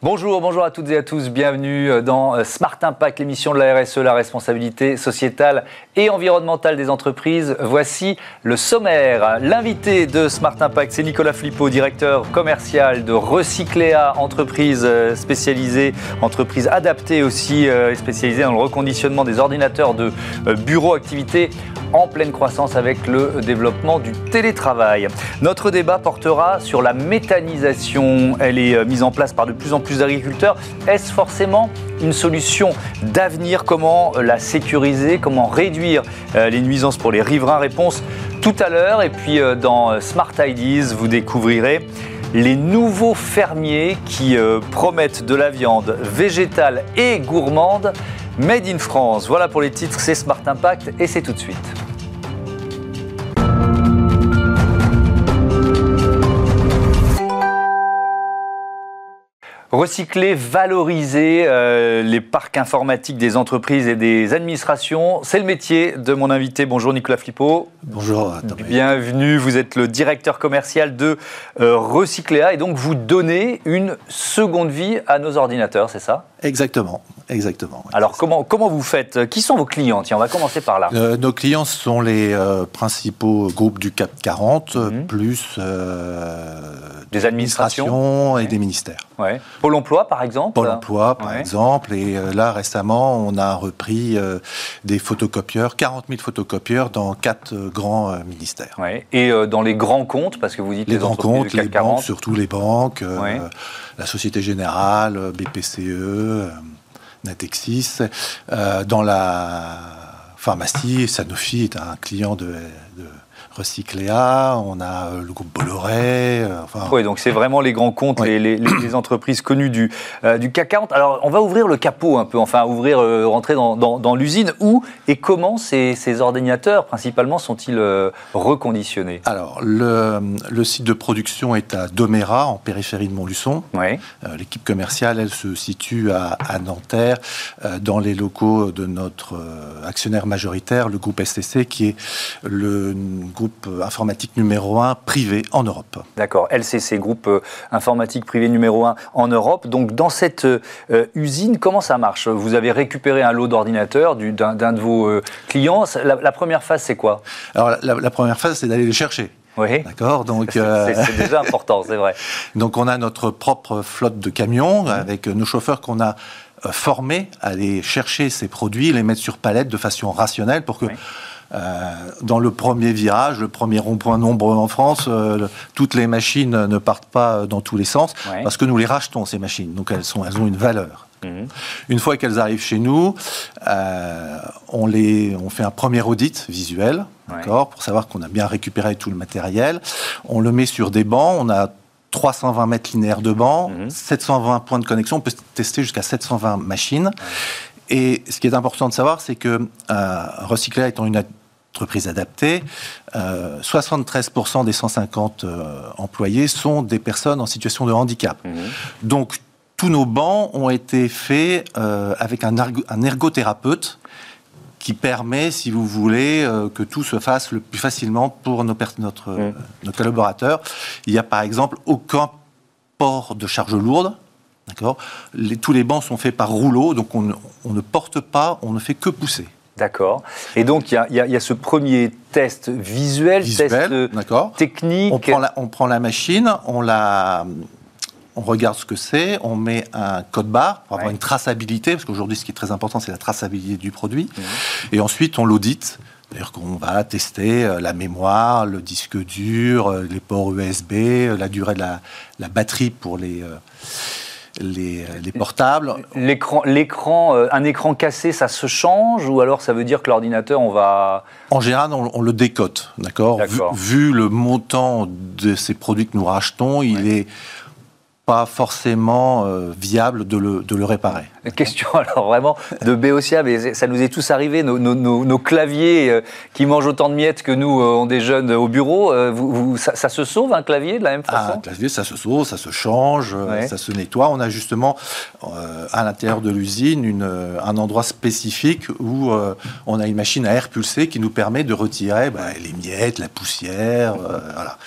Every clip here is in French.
Bonjour à toutes et à tous, bienvenue dans Smart Impact, l'émission de la RSE, la responsabilité sociétale et environnementale des entreprises. Voici le sommaire. L'invité de Smart Impact, c'est Nicolas Flippot, directeur commercial de Recycléa, entreprise spécialisée, entreprise adaptée aussi, spécialisée dans le reconditionnement des ordinateurs de bureau, activité en pleine croissance avec le développement du télétravail. Notre débat portera sur la méthanisation. Elle est mise en place par de plus en plus d'agriculteurs. Est-ce forcément une solution d'avenir? Comment la sécuriser? Comment réduire les nuisances pour les riverains? Réponse tout à l'heure. Et puis dans Smart Ideas, vous découvrirez les nouveaux fermiers qui promettent de la viande végétale et gourmande Made in France. Voilà pour les titres, c'est Smart Impact et c'est tout de suite. Recycler, valoriser les parcs informatiques des entreprises et des administrations, c'est le métier de mon invité. Bonjour Nicolas Flippot. Bonjour. Bienvenue, vous êtes le directeur commercial de Recycléa et donc vous donnez une seconde vie à nos ordinateurs, c'est ça ? Exactement. Alors comment vous faites? Qui sont vos clients? Tiens, on va commencer par là. Nos clients sont les principaux groupes du CAC 40, plus des administrations et des ministères. Ouais. Pôle emploi, par exemple. Pôle emploi, par exemple. Et là, récemment, on a repris des photocopieurs, 40 000 photocopieurs dans 4 grands ministères. Ouais. Et dans les grands comptes, parce que vous dites les grands comptes, du CAC 40. Banques, surtout les banques, la Société Générale, BPCE, Natexis. Dans la pharmacie, Sanofi est un client de Recycléa, on a le groupe Bolloré. Oui, donc c'est vraiment les grands comptes, les entreprises connues du CAC 40. Alors, on va ouvrir le capot un peu, rentrer dans l'usine. Où et comment ces ordinateurs, principalement, sont-ils reconditionnés? Alors, le site de production est à Domérat, en périphérie de Montluçon. Oui. L'équipe commerciale, elle se situe à Nanterre, dans les locaux de notre actionnaire majoritaire, le groupe STC, qui est le groupe informatique numéro 1 privé en Europe. D'accord, LCC, groupe informatique privé numéro 1 en Europe. Donc dans cette usine, comment ça marche? Vous avez récupéré un lot d'ordinateurs d'un de vos clients. La première phase, c'est quoi? Alors la première phase, c'est d'aller les chercher. Oui. D'accord. Donc c'est déjà important, c'est vrai. Donc on a notre propre flotte de camions avec nos chauffeurs qu'on a formés à aller chercher ces produits, les mettre sur palette de façon rationnelle pour que dans le premier virage, le premier rond-point nombreux en France, toutes les machines ne partent pas dans tous les sens, parce que nous les rachetons, ces machines. Donc elles ont une valeur. Une fois qu'elles arrivent chez nous, on fait un premier audit visuel, d'accord, pour savoir qu'on a bien récupéré tout le matériel. On le met sur des bancs, on a 320 mètres linéaires de bancs, 720 points de connexion, on peut tester jusqu'à 720 machines. Et ce qui est important de savoir, c'est que Recycléa étant une entreprise adaptée, 73% des 150 employés sont des personnes en situation de handicap. Donc, tous nos bancs ont été faits avec un ergothérapeute qui permet, si vous voulez, que tout se fasse le plus facilement pour nos collaborateurs. Il n'y a par exemple aucun port de charge lourde. D'accord. Tous les bancs sont faits par rouleau, donc on ne porte pas, on ne fait que pousser. D'accord. Et donc, il y a ce premier test visuel test technique. On prend la machine, on regarde ce que c'est, on met un code barre pour avoir une traçabilité, parce qu'aujourd'hui, ce qui est très important, c'est la traçabilité du produit. Et ensuite, on l'audite. C'est-à-dire qu'on va tester la mémoire, le disque dur, les ports USB, la durée de la batterie pour les portables. Un écran cassé, ça se change, ou alors ça veut dire que l'ordinateur, En général, on le décote, d'accord. Vu le montant de ces produits que nous rachetons, il est pas forcément viable de le réparer. Question alors vraiment de Béotia, mais ça nous est tous arrivé, nos claviers qui mangent autant de miettes que nous, ont des jeunes au bureau, ça se sauve un clavier de la même façon? Un clavier, ça se sauve, ça se change, ça se nettoie. On a justement à l'intérieur de l'usine un endroit spécifique où on a une machine à air pulsé qui nous permet de retirer les miettes, la poussière, voilà.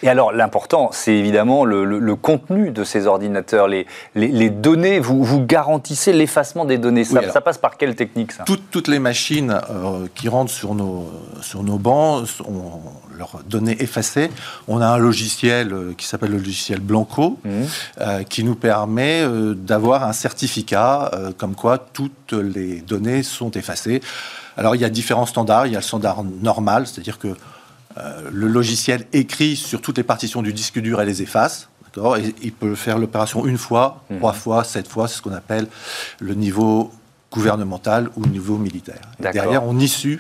Et alors, l'important, c'est évidemment le contenu de ces ordinateurs, les données. Vous garantissez l'effacement des données. Ça passe par quelle technique, ça ? Toutes les machines qui rentrent sur nos bancs ont leurs données effacées. On a un logiciel qui s'appelle le logiciel Blanco, qui nous permet d'avoir un certificat comme quoi toutes les données sont effacées. Alors, il y a différents standards. Il y a le standard normal, c'est-à-dire que le logiciel écrit sur toutes les partitions du disque dur et les efface. D'accord ? Et il peut faire l'opération une fois, 3 fois, 7 fois. C'est ce qu'on appelle le niveau gouvernemental ou le niveau militaire. Derrière, on issue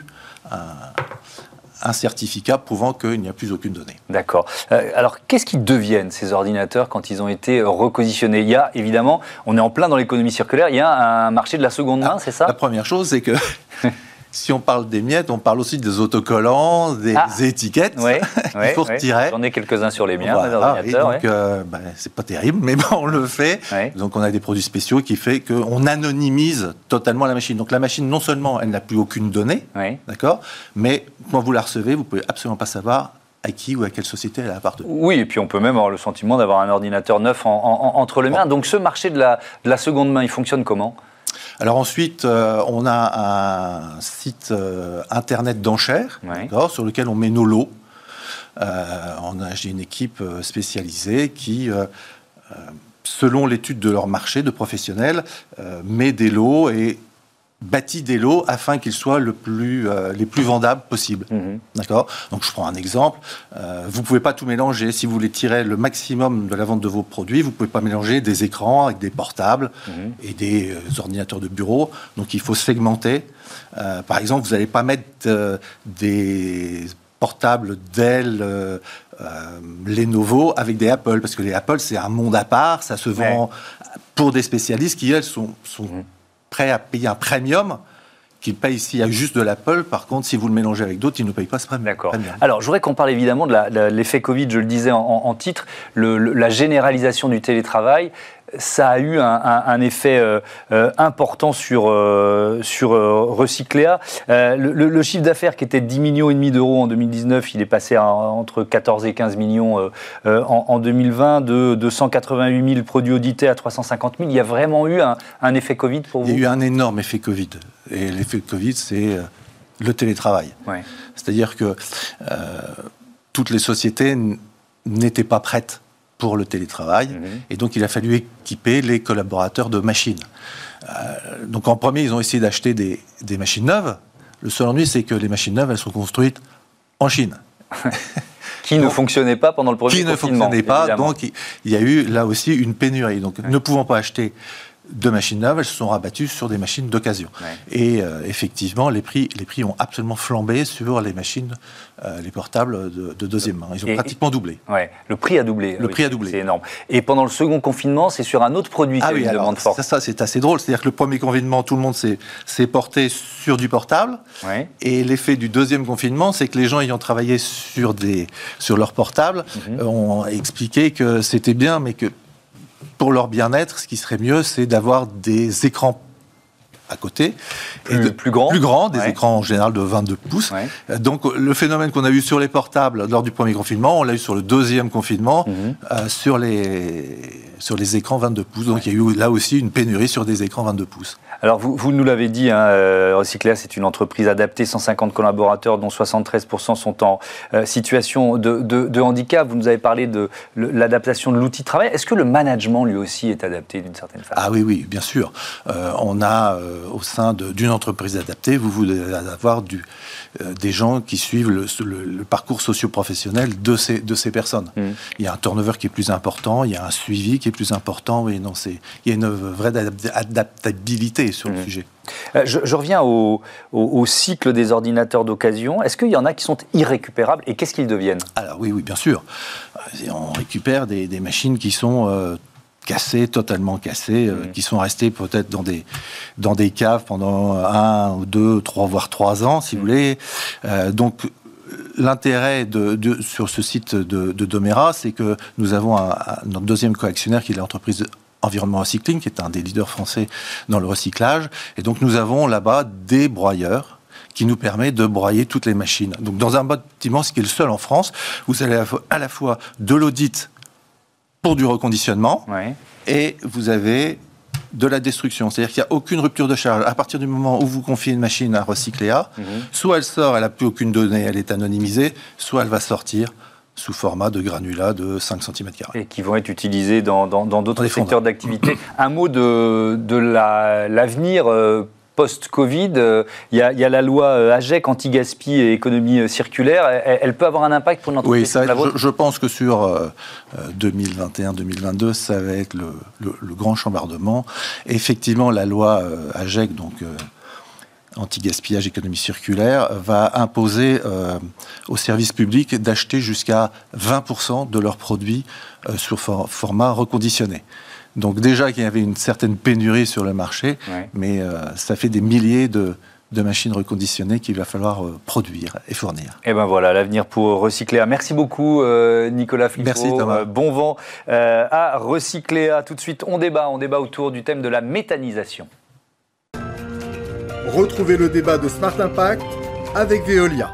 un certificat prouvant qu'il n'y a plus aucune donnée. D'accord. Alors, qu'est-ce qu'ils deviennent, ces ordinateurs, quand ils ont été reconditionnés ? Il y a, évidemment, on est en plein dans l'économie circulaire, il y a un marché de la seconde main, c'est ça ? La première chose, c'est que si on parle des miettes, on parle aussi des autocollants, des étiquettes qu'il faut retirer. J'en ai quelques-uns sur les miens, mes ordinateurs. Et donc, c'est pas terrible, mais on le fait. Donc, on a des produits spéciaux qui fait qu'on anonymise totalement la machine. Donc, la machine, non seulement, elle n'a plus aucune donnée, d'accord, mais quand vous la recevez, vous pouvez absolument pas savoir à qui ou à quelle société elle appartient. Oui, et puis on peut même avoir le sentiment d'avoir un ordinateur neuf entre les mains. Donc, ce marché de la seconde main, il fonctionne comment ? Alors ensuite, on a un site internet d'enchères, sur lequel on met nos lots. J'ai une équipe spécialisée qui, selon l'étude de leur marché de professionnels, met des lots et bâtit des lots afin qu'ils soient les plus vendables possibles. D'accord ? Donc, je prends un exemple. Vous ne pouvez pas tout mélanger. Si vous voulez tirer le maximum de la vente de vos produits, vous ne pouvez pas mélanger des écrans avec des portables et des ordinateurs de bureau. Donc, il faut segmenter. Par exemple, vous n'allez pas mettre des portables Dell, Lenovo avec des Apple, parce que les Apple, c'est un monde à part. Ça se vend pour des spécialistes qui, elles, sont prêts à payer un premium qu'ils payent ici à juste de l'Apple. Par contre, si vous le mélangez avec d'autres, ils ne payent pas ce premium. D'accord. Alors, je voudrais qu'on parle évidemment de l'effet Covid, je le disais en titre, la généralisation du télétravail. Ça a eu un effet important sur Recycléa. Le chiffre d'affaires qui était de 10,5 millions d'euros en 2019, il est passé entre 14 et 15 millions en 2020, de 188 000 produits audités à 350 000. Il y a vraiment eu un effet Covid pour vous ? Il y a eu un énorme effet Covid. Et l'effet Covid, c'est le télétravail. C'est-à-dire que toutes les sociétés n'étaient pas prêtes pour le télétravail, et donc il a fallu équiper les collaborateurs de machines. Donc en premier, ils ont essayé d'acheter des machines neuves. Le seul ennui, c'est que les machines neuves, elles sont construites en Chine. Qui ne fonctionnait pas pendant le premier confinement. Qui ne fonctionnait pas, évidemment. Donc il y a eu là aussi une pénurie. Donc ne pouvant pas acheter de machines neuves, elles se sont rabattues sur des machines d'occasion. Et effectivement, les prix ont absolument flambé sur les machines, les portables de deuxième main. Ils ont pratiquement doublé. Le prix a doublé. C'est énorme. Et pendant le second confinement, c'est sur un autre produit qu'il y a eu une demande forte. Ça, c'est assez drôle. C'est-à-dire que le premier confinement, tout le monde s'est porté sur du portable. Et l'effet du deuxième confinement, c'est que les gens ayant travaillé sur leur portable ont expliqué que c'était bien, mais que pour leur bien-être, ce qui serait mieux, c'est d'avoir des écrans à côté. Plus grands, des écrans en général de 22 pouces. Donc le phénomène qu'on a eu sur les portables lors du premier confinement, on l'a eu sur le deuxième confinement, sur les écrans 22 pouces. Donc il y a eu là aussi une pénurie sur des écrans 22 pouces. Alors vous nous l'avez dit, Recycléa, c'est une entreprise adaptée, 150 collaborateurs dont 73% sont en situation de handicap. Vous nous avez parlé de l'adaptation de l'outil de travail. Est-ce que le management lui aussi est adapté d'une certaine façon ? Ah oui, bien sûr. On a au sein d'une entreprise adaptée, vous voulez avoir des gens qui suivent le parcours socio-professionnel de ces personnes. Il y a un turnover qui est plus important, il y a un suivi qui est plus important. Il y a une vraie adaptabilité sur le sujet. Je reviens au cycle des ordinateurs d'occasion. Est-ce qu'il y en a qui sont irrécupérables et qu'est-ce qu'ils deviennent ? Alors oui, bien sûr. On récupère des machines qui sont cassées, totalement cassées, qui sont restées peut-être dans des caves pendant 1 ou 2, 3, voire 3 ans, si vous voulez. Donc l'intérêt sur ce site de Domera, c'est que nous avons notre deuxième coactionnaire qui est l'entreprise Environnement Recycling, qui est un des leaders français dans le recyclage. Et donc nous avons là-bas des broyeurs qui nous permet de broyer toutes les machines. Donc dans un bâtiment, ce qui est le seul en France, vous avez à la fois de l'audit pour du reconditionnement, et vous avez de la destruction. C'est-à-dire qu'il n'y a aucune rupture de charge. À partir du moment où vous confiez une machine à Recycléa, soit elle sort, elle n'a plus aucune donnée, elle est anonymisée, soit elle va sortir sous format de granulats de 5 cm². Et qui vont être utilisés dans d'autres secteurs d'activité. Un mot de l'avenir post-Covid. Il y a la loi AGEC, anti-gaspi et économie circulaire. Elle peut avoir un impact pour une entreprise oui, comme la vôtre ? Je pense que sur 2021-2022, ça va être le grand chambardement. Effectivement, la loi AGEC, donc anti-gaspillage, économie circulaire, va imposer aux services publics d'acheter jusqu'à 20% de leurs produits sur format reconditionné. Donc déjà qu'il y avait une certaine pénurie sur le marché, mais ça fait des milliers de machines reconditionnées qu'il va falloir produire et fournir. Et ben voilà, l'avenir pour Recycléa. Merci beaucoup Nicolas Fliffo. Merci Thomas. Bon vent à Recycléa. Tout de suite, on débat autour du thème de la méthanisation. Retrouvez le débat de Smart Impact avec Veolia.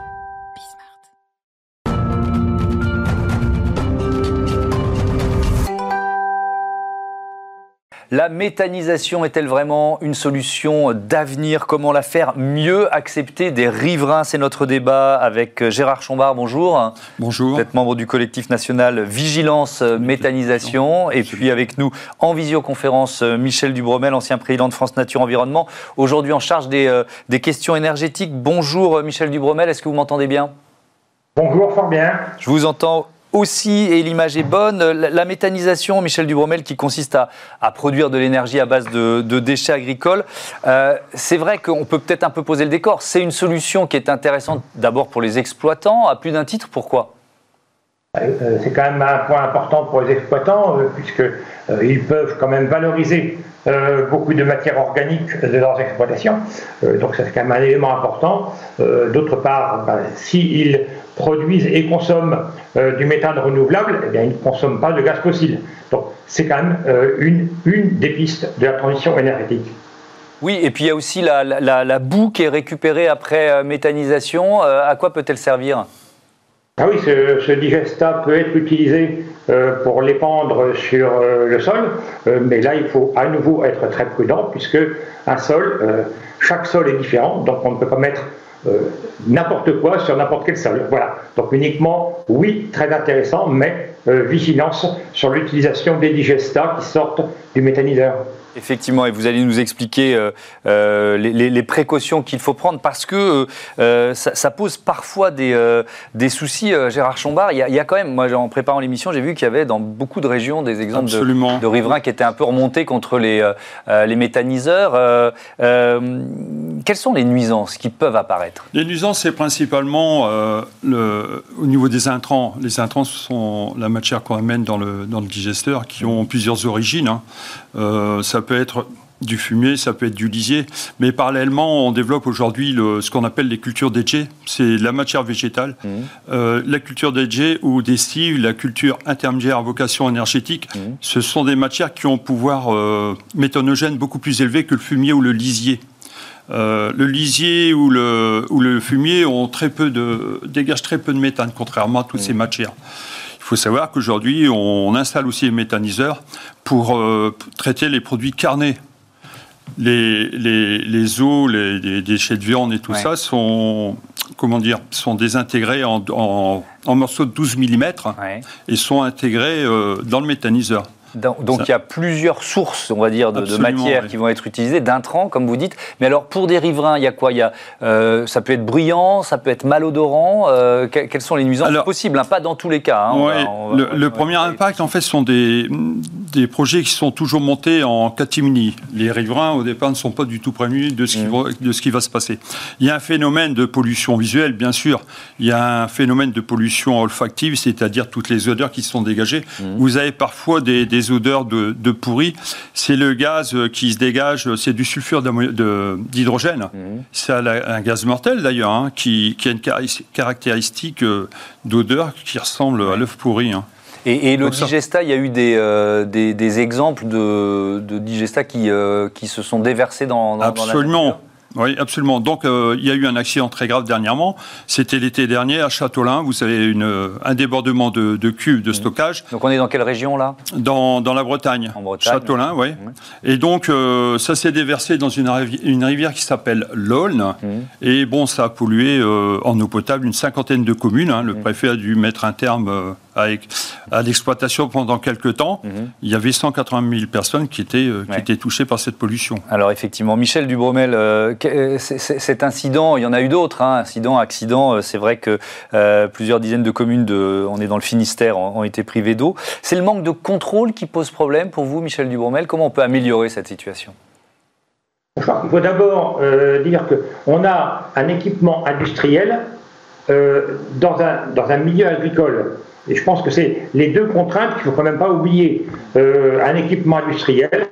La méthanisation est-elle vraiment une solution d'avenir ? Comment la faire mieux accepter des riverains ? C'est notre débat avec Gérard Chombard. Bonjour. Bonjour. Vous êtes membre du collectif national Vigilance Méthanisation. Et puis avec nous en visioconférence, Michel Dubromel, ancien président de France Nature Environnement, aujourd'hui en charge des questions énergétiques. Bonjour Michel Dubromel, est-ce que vous m'entendez bien ? Bonjour, fort bien. Je vous entends aussi, et l'image est bonne. La méthanisation, Michel Dubromel, qui consiste à produire de l'énergie à base de déchets agricoles, c'est vrai qu'on peut peut-être un peu poser le décor. C'est une solution qui est intéressante d'abord pour les exploitants, à plus d'un titre. Pourquoi ? C'est quand même un point important pour les exploitants, puisqu'ils peuvent quand même valoriser beaucoup de matières organiques de leurs exploitations. Donc c'est quand même un élément important. D'autre part, s'ils produisent et consomment du méthane renouvelable, eh bien, ils ne consomment pas de gaz fossile. Donc c'est quand même une des pistes de la transition énergétique. Oui, et puis il y a aussi la boue qui est récupérée après méthanisation. À quoi peut-elle servir ? Ah oui, ce digestat peut être utilisé pour l'épandre sur le sol, mais là il faut à nouveau être très prudent puisque chaque sol est différent, donc on ne peut pas mettre n'importe quoi sur n'importe quel sol. Voilà, donc uniquement, oui, très intéressant, mais vigilance sur l'utilisation des digestats qui sortent du méthaniseur. Effectivement, et vous allez nous expliquer les précautions qu'il faut prendre parce que ça pose parfois des soucis. Gérard Chombard, il y a quand même, moi en préparant l'émission, j'ai vu qu'il y avait dans beaucoup de régions des exemples de riverains qui étaient un peu remontés contre les méthaniseurs. Quelles sont les nuisances qui peuvent apparaître ? Les nuisances, c'est principalement au niveau des intrants. Les intrants, ce sont la matière qu'on amène dans le digesteur qui ont plusieurs origines. Ça peut être du fumier, ça peut être du lisier, mais parallèlement, on développe aujourd'hui ce qu'on appelle les cultures déchets. C'est la matière végétale. La culture déchets ou des cives, la culture intermédiaire à vocation énergétique, ce sont des matières qui ont un pouvoir méthanogène beaucoup plus élevé que le fumier ou le lisier. Le lisier ou le fumier dégagent très peu de méthane, contrairement à toutes ces matières. Il faut savoir qu'aujourd'hui, on installe aussi les méthaniseurs pour traiter les produits carnés. Les os, les déchets de viande et tout ça sont désintégrés en morceaux de 12 mm et sont intégrés dans le méthaniseur. Donc il y a plusieurs sources, on va dire, de matières qui vont être utilisées, d'intrants, comme vous dites. Mais alors, pour des riverains, il y a quoi ? Ça peut être bruyant, ça peut être malodorant. Quelles sont les nuisances possibles ? Pas dans tous les cas. Le premier impact, en fait, sont des projets qui sont toujours montés en catimini. Les riverains, au départ, ne sont pas du tout prévenus de ce qui va se passer. Il y a un phénomène de pollution visuelle, bien sûr. Il y a un phénomène de pollution olfactive, c'est-à-dire toutes les odeurs qui sont dégagées. Vous avez parfois des odeurs de pourri, c'est le gaz qui se dégage, c'est du sulfure d'hydrogène. C'est un gaz mortel d'ailleurs, qui a une caractéristique d'odeur qui ressemble à l'œuf pourri. Et le digestat, il y a eu des exemples de digestat qui se sont déversés dans Absolument. Oui, absolument. Donc, il y a eu un accident très grave dernièrement. C'était l'été dernier à Châteaulin. Vous savez, un débordement de cuves de stockage. Donc, on est dans quelle région, là ? Dans la Bretagne. En Bretagne. Châteaulin, oui. Et donc, ça s'est déversé dans une rivière qui s'appelle l'Aulne. Et bon, ça a pollué en eau potable une cinquantaine de communes. Le préfet a dû mettre un terme à l'exploitation pendant quelques temps. Il y avait 180 000 personnes qui étaient touchées par cette pollution. Alors effectivement, Michel Dubromel, cet incident, il y en a eu d'autres, accidents, c'est vrai que plusieurs dizaines de communes, on est dans le Finistère, ont été privées d'eau. C'est le manque de contrôle qui pose problème pour vous, Michel Dubromel. Comment on peut améliorer cette situation ? Il faut d'abord dire qu'on a un équipement industriel dans un milieu agricole. Et je pense que c'est les deux contraintes qu'il ne faut quand même pas oublier. Un équipement industriel,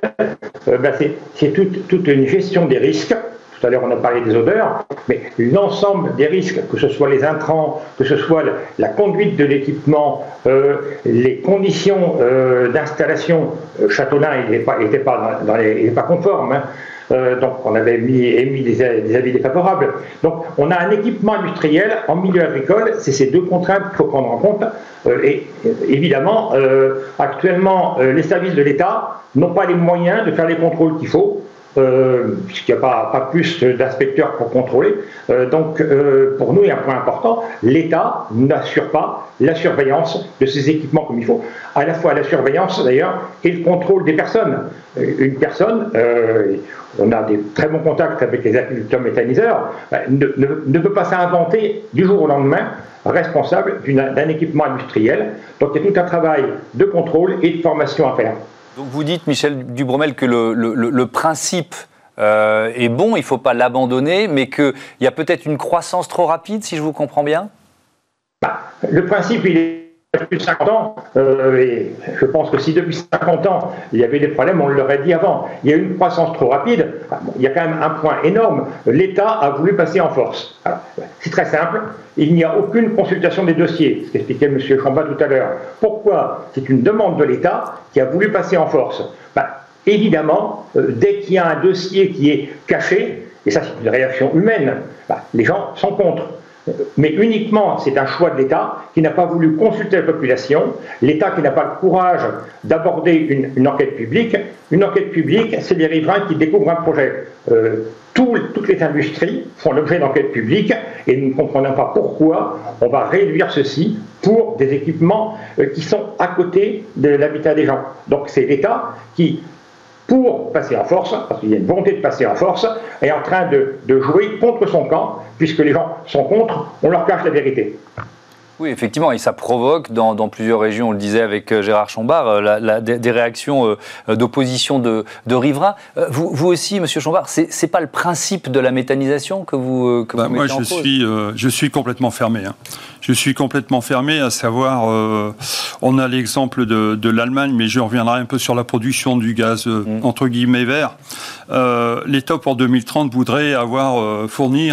c'est toute une gestion des risques. Tout à l'heure, on a parlé des odeurs, mais l'ensemble des risques, que ce soit les intrants, que ce soit la conduite de l'équipement, les conditions d'installation. Châteaulin, il n'est pas conforme. Donc on avait émis des avis défavorables. Donc on a un équipement industriel en milieu agricole, c'est ces deux contraintes qu'il faut prendre en compte. Et évidemment, actuellement, les services de l'État n'ont pas les moyens de faire les contrôles qu'il faut, puisqu'il n'y a pas plus d'inspecteurs pour contrôler. Donc pour nous, il y a un point important, l'État n'assure pas la surveillance de ces équipements comme il faut. À la fois la surveillance d'ailleurs et le contrôle des personnes. Une personne, on a des très bons contacts avec les agriculteurs méthaniseurs, ne peut pas s'inventer du jour au lendemain responsable d'un équipement industriel. Donc il y a tout un travail de contrôle et de formation à faire. Donc vous dites, Michel Dubromel, que le principe est bon, il ne faut pas l'abandonner, mais qu'il y a peut-être une croissance trop rapide, si je vous comprends bien ? Le principe, il est depuis 50 ans, et je pense que si depuis 50 ans, il y avait des problèmes, on l'aurait dit avant. Il y a eu une croissance trop rapide, il y a quand même un point énorme, l'État a voulu passer en force. Alors, c'est très simple, il n'y a aucune consultation des dossiers, ce qu'expliquait M. Chamba tout à l'heure. Pourquoi ? C'est une demande de l'État qui a voulu passer en force. Évidemment, dès qu'il y a un dossier qui est caché, et ça c'est une réaction humaine, les gens sont contre. Mais uniquement, c'est un choix de l'État qui n'a pas voulu consulter la population, l'État qui n'a pas le courage d'aborder une enquête publique. Une enquête publique, c'est les riverains qui découvrent un projet. Toutes les industries font l'objet d'enquêtes publiques et nous ne comprenons pas pourquoi on va réduire ceci pour des équipements qui sont à côté de l'habitat des gens. Donc c'est l'État qui, pour passer en force, parce qu'il y a une volonté de passer en force, est en train de jouer contre son camp, puisque les gens sont contre, on leur cache la vérité. Oui, effectivement, et ça provoque dans plusieurs régions, on le disait avec Gérard Chambard, des réactions d'opposition de riverains. Vous aussi, Monsieur Chambard, c'est pas le principe de la méthanisation que vous mettez moi, en cause ? Je suis complètement fermé. Je suis complètement fermé, à savoir, on a l'exemple de l'Allemagne, mais je reviendrai un peu sur la production du gaz entre guillemets vert. L'État pour 2030 voudrait avoir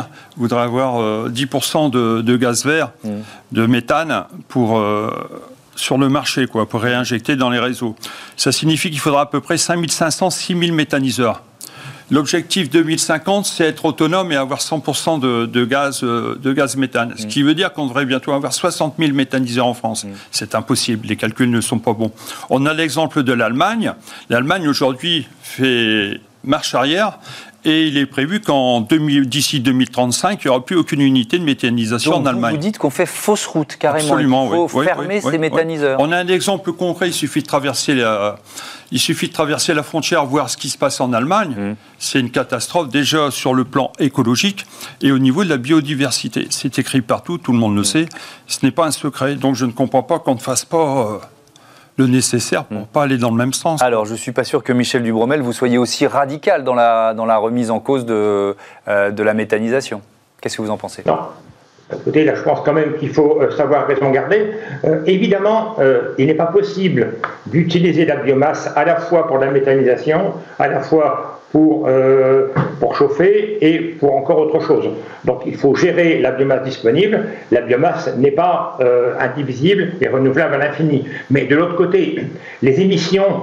10% de gaz vert, de méthane sur le marché, pour réinjecter dans les réseaux. Ça signifie qu'il faudra à peu près 5500-6000 méthaniseurs. L'objectif 2050, c'est être autonome et avoir 100% de gaz méthane. Ce qui veut dire qu'on devrait bientôt avoir 60 000 méthaniseurs en France. C'est impossible, les calculs ne sont pas bons. On a l'exemple de l'Allemagne. L'Allemagne, aujourd'hui, fait marche arrière. Et il est prévu d'ici 2035, il n'y aura plus aucune unité de méthanisation en Allemagne. Vous dites qu'on fait fausse route, carrément. Absolument, il faut fermer ces méthaniseurs. On a un exemple concret, il suffit de traverser la frontière, voir ce qui se passe en Allemagne. C'est une catastrophe déjà sur le plan écologique et au niveau de la biodiversité. C'est écrit partout, tout le monde le sait. Ce n'est pas un secret, donc je ne comprends pas qu'on ne fasse pas le nécessaire pour ne pas aller dans le même sens. Alors, je ne suis pas sûr que Michel Dubromel, vous soyez aussi radical dans la remise en cause de la méthanisation. Qu'est-ce que vous en pensez ? Non. Écoutez, là, je pense quand même qu'il faut savoir raison garder. Évidemment, il n'est pas possible d'utiliser la biomasse à la fois pour la méthanisation, à la fois pour chauffer et pour encore autre chose. Donc il faut gérer la biomasse disponible. La biomasse n'est pas indivisible et renouvelable à l'infini. Mais de l'autre côté, les émissions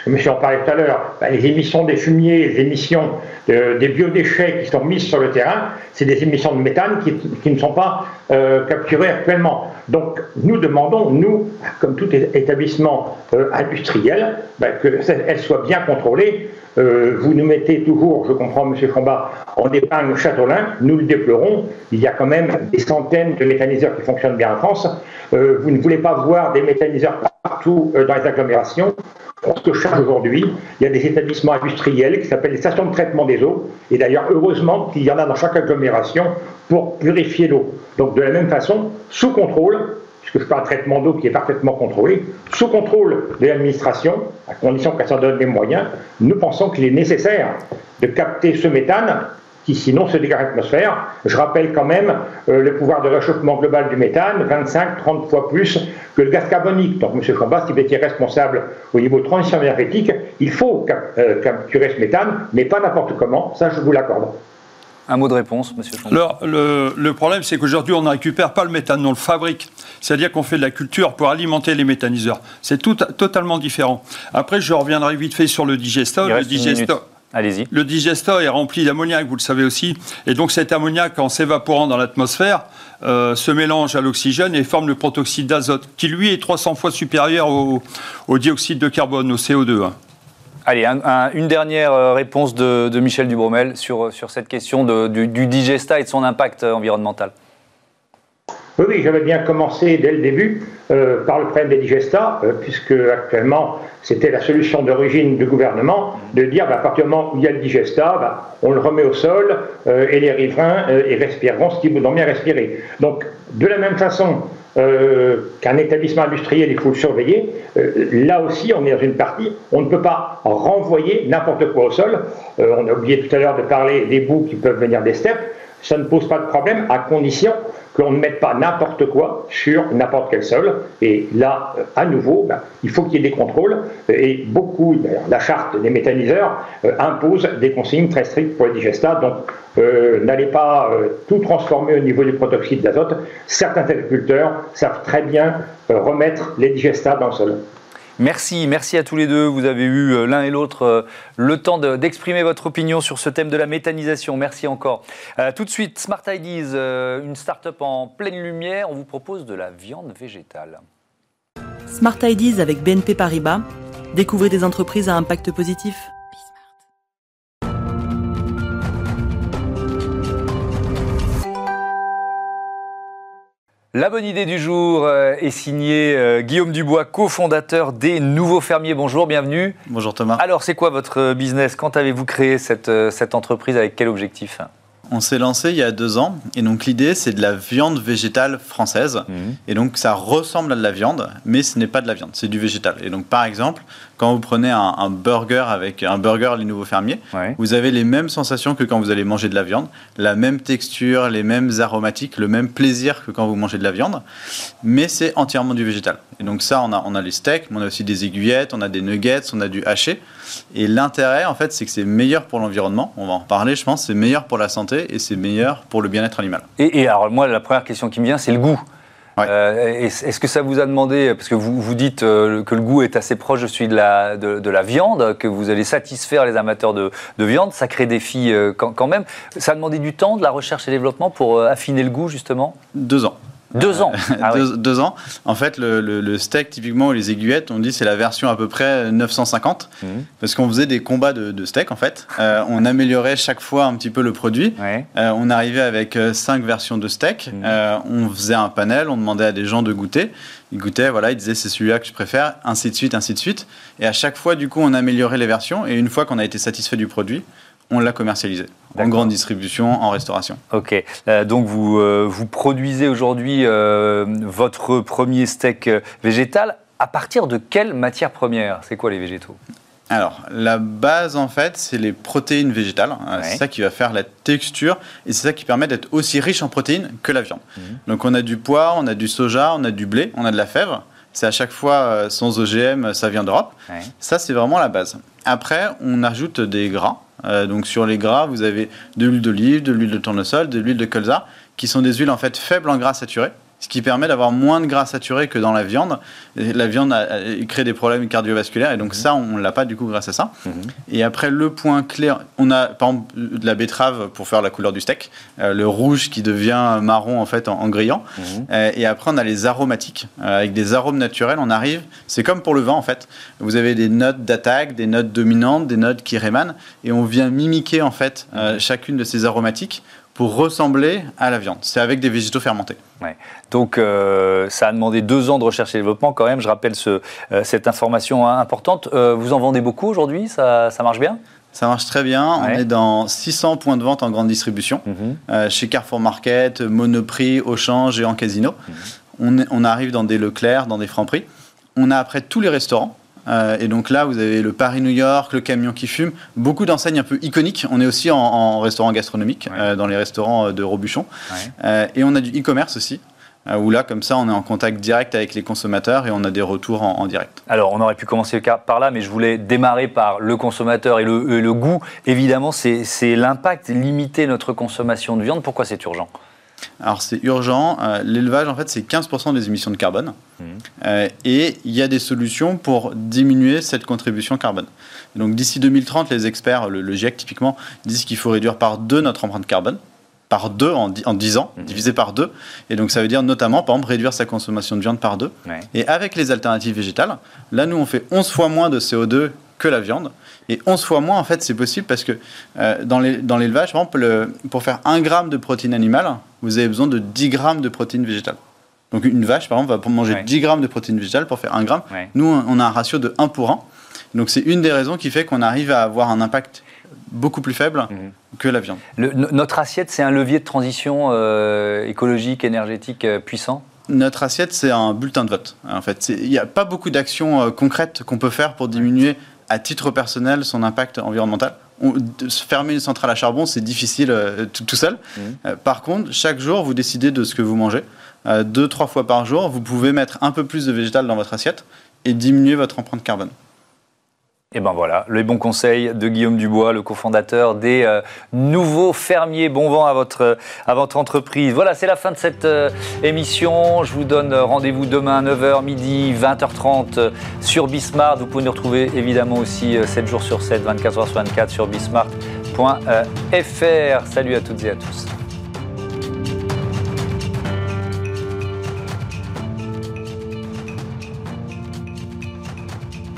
parce que monsieur en parlait tout à l'heure, les émissions des fumiers, les émissions des biodéchets qui sont mises sur le terrain, c'est des émissions de méthane qui ne sont pas capturées actuellement. Donc nous demandons, nous, comme tout établissement industriel, qu'elles soient bien contrôlées. Vous nous mettez toujours, je comprends M. Chomba, en épingle Châteaulin, nous le déplorons, il y a quand même des centaines de méthaniseurs qui fonctionnent bien en France. Vous ne voulez pas voir des méthaniseurs partout dans les agglomérations. On se charge aujourd'hui, il y a des établissements industriels qui s'appellent les stations de traitement des eaux, et d'ailleurs heureusement qu'il y en a dans chaque agglomération pour purifier l'eau. Donc de la même façon, sous contrôle, puisque je parle de traitement d'eau qui est parfaitement contrôlé, sous contrôle de l'administration, à condition qu'elle s'en donne les moyens, nous pensons qu'il est nécessaire de capter ce méthane qui sinon se dégage à l'atmosphère. Je rappelle quand même le pouvoir de réchauffement global du méthane, 25-30 fois plus que le gaz carbonique. Donc M. Chomba, si vous étiez responsable au niveau de transition énergétique, il faut capturer ce méthane, mais pas n'importe comment, ça je vous l'accorde. Un mot de réponse, M. Chomba. Alors, le problème, c'est qu'aujourd'hui, on ne récupère pas le méthane, on le fabrique. C'est-à-dire qu'on fait de la culture pour alimenter les méthaniseurs. C'est totalement différent. Après, je reviendrai vite fait sur le digestat. Allez-y. Le digestat est rempli d'ammoniac, vous le savez aussi. Et donc cet ammoniac, en s'évaporant dans l'atmosphère, se mélange à l'oxygène et forme le protoxyde d'azote, qui lui est 300 fois supérieur au dioxyde de carbone, au CO2. Allez, une dernière réponse de Michel Dubromel sur cette question du digestat et de son impact environnemental. Oui, j'avais bien commencé dès le début par le problème des digestats, puisque actuellement c'était la solution d'origine du gouvernement de dire à partir du moment où il y a le digestat, on le remet au sol et les riverains y respireront ce qu'ils voudront bien respirer. Donc de la même façon qu'un établissement industriel, il faut le surveiller, là aussi on est dans une partie, on ne peut pas renvoyer n'importe quoi au sol. On a oublié tout à l'heure de parler des boues qui peuvent venir des steppes. Ça ne pose pas de problème à condition qu'on ne mette pas n'importe quoi sur n'importe quel sol. Et là, à nouveau, il faut qu'il y ait des contrôles. Et beaucoup, d'ailleurs, la charte des méthaniseurs impose des consignes très strictes pour les digestats. Donc, n'allez pas tout transformer au niveau du protoxyde d'azote. Certains agriculteurs savent très bien remettre les digestats dans le sol. Merci à tous les deux. Vous avez eu l'un et l'autre le temps d'exprimer votre opinion sur ce thème de la méthanisation. Merci encore. Tout de suite, Smart Ideas, une start-up en pleine lumière. On vous propose de la viande végétale. Smart Ideas avec BNP Paribas. Découvrez des entreprises à impact positif. La bonne idée du jour est signée Guillaume Dubois, cofondateur des Nouveaux Fermiers. Bonjour, bienvenue. Bonjour Thomas. Alors, c'est quoi votre business ? Quand avez-vous créé cette entreprise ? Avec quel objectif ? On s'est lancé il y a 2 ans et donc l'idée c'est de la viande végétale française et donc ça ressemble à de la viande mais ce n'est pas de la viande, c'est du végétal. Et donc par exemple quand vous prenez un burger avec un burger Les Nouveaux Fermiers, vous avez les mêmes sensations que quand vous allez manger de la viande, la même texture, les mêmes aromatiques, le même plaisir que quand vous mangez de la viande, mais c'est entièrement du végétal. Et donc ça on a les steaks, mais on a aussi des aiguillettes, on a des nuggets, on a du haché. Et l'intérêt en fait c'est que c'est meilleur pour l'environnement, on va en reparler je pense, c'est meilleur pour la santé et c'est meilleur pour le bien-être animal. Et alors moi la première question qui me vient c'est le goût. Est-ce que ça vous a demandé, parce que vous dites que le goût est assez proche de celui de la viande, que vous allez satisfaire les amateurs de viande, sacré défi quand même. Ça a demandé du temps, de la recherche et développement pour affiner le goût justement ? 2 ans. 2 ans. 2 ans. En fait, le steak, typiquement, ou les aiguillettes, on dit c'est la version à peu près 950. Parce qu'on faisait des combats de steak, en fait. On améliorait chaque fois un petit peu le produit. On arrivait avec 5 versions de steak. On faisait un panel, on demandait à des gens de goûter. Ils goûtaient, voilà, ils disaient c'est celui-là que je préfère, ainsi de suite, ainsi de suite. Et à chaque fois, du coup, on améliorait les versions. Et une fois qu'on a été satisfait du produit, on l'a commercialisé. En grande distribution, en restauration. Ok. Donc vous produisez aujourd'hui votre premier steak végétal. À partir de quelle matière première ? C'est quoi les végétaux ? Alors, la base, en fait, c'est les protéines végétales. C'est ça qui va faire la texture et c'est ça qui permet d'être aussi riche en protéines que la viande. Donc, on a du pois, on a du soja, on a du blé, on a de la fèvre. C'est à chaque fois sans OGM, ça vient d'Europe. Ça, c'est vraiment la base. Après, on ajoute des gras. Donc sur les gras, vous avez de l'huile d'olive, de l'huile de tournesol, de l'huile de colza, qui sont des huiles en fait faibles en gras saturés. ce qui permet d'avoir moins de gras saturé que dans la viande. Et la viande crée des problèmes cardiovasculaires, et donc ça, on ne l'a pas du coup grâce à ça. Et après, le point clé, on a par exemple de la betterave pour faire la couleur du steak, le rouge qui devient marron en fait en grillant. Et après, on a les aromatiques. Avec des arômes naturels, on arrive, c'est comme pour le vin en fait. Vous avez des notes d'attaque, des notes dominantes, des notes qui rémanent, et on vient mimiquer en fait chacune de ces aromatiques pour ressembler à la viande. C'est avec des végétaux fermentés. Ouais. Donc, ça a demandé 2 ans de recherche et développement quand même. Je rappelle cette information importante. Vous en vendez beaucoup aujourd'hui ? Ça marche bien ? Ça marche très bien. On est dans 600 points de vente en grande distribution. Chez Carrefour Market, Monoprix, Auchan, Géant Casino. On arrive dans des Leclerc, dans des Franprix. On a après tous les restaurants. Et donc là, vous avez le Paris-New York, le camion qui fume, beaucoup d'enseignes un peu iconiques. On est aussi en restaurant gastronomique, dans les restaurants de Robuchon. Et on a du e-commerce aussi, où là, comme ça, on est en contact direct avec les consommateurs et on a des retours en direct. Alors, on aurait pu commencer par là, mais je voulais démarrer par le consommateur et le goût. Évidemment, c'est l'impact, limiter notre consommation de viande. Pourquoi c'est urgent ? Alors c'est urgent, l'élevage en fait c'est 15% des émissions de carbone et il y a des solutions pour diminuer cette contribution carbone. Et donc d'ici 2030, les experts, le GIEC typiquement, disent qu'il faut réduire par 2 notre empreinte carbone, par 2 en 10 ans, divisé par 2. Et donc ça veut dire notamment par exemple réduire sa consommation de viande par 2. Et avec les alternatives végétales, là nous on fait 11 fois moins de CO2 que la viande. Et 11 fois moins, en fait, c'est possible parce que dans l'élevage, par exemple, pour faire 1 gramme de protéines animales, vous avez besoin de 10 grammes de protéines végétales. Donc une vache, par exemple, va manger 10 grammes de protéines végétales pour faire 1 gramme. Nous, on a un ratio de 1 pour 1. Donc c'est une des raisons qui fait qu'on arrive à avoir un impact beaucoup plus faible que la viande. Notre assiette, c'est un levier de transition écologique, énergétique puissant ? Notre assiette, c'est un bulletin de vote. En fait, il n'y a pas beaucoup d'actions concrètes qu'on peut faire pour diminuer à titre personnel son impact environnemental. Fermer une centrale à charbon, c'est difficile tout seul. Par contre, chaque jour, vous décidez de ce que vous mangez. 2-3 fois par jour, vous pouvez mettre un peu plus de végétal dans votre assiette et diminuer votre empreinte carbone. Et ben voilà, les bons conseils de Guillaume Dubois, le cofondateur des Nouveaux Fermiers. Bon vent à votre entreprise. Voilà, c'est la fin de cette émission. Je vous donne rendez-vous demain 9h, midi, 20h30 sur Bismart. Vous pouvez nous retrouver évidemment aussi 7 jours sur 7, 24h sur 24 sur bismart.fr. Salut à toutes et à tous.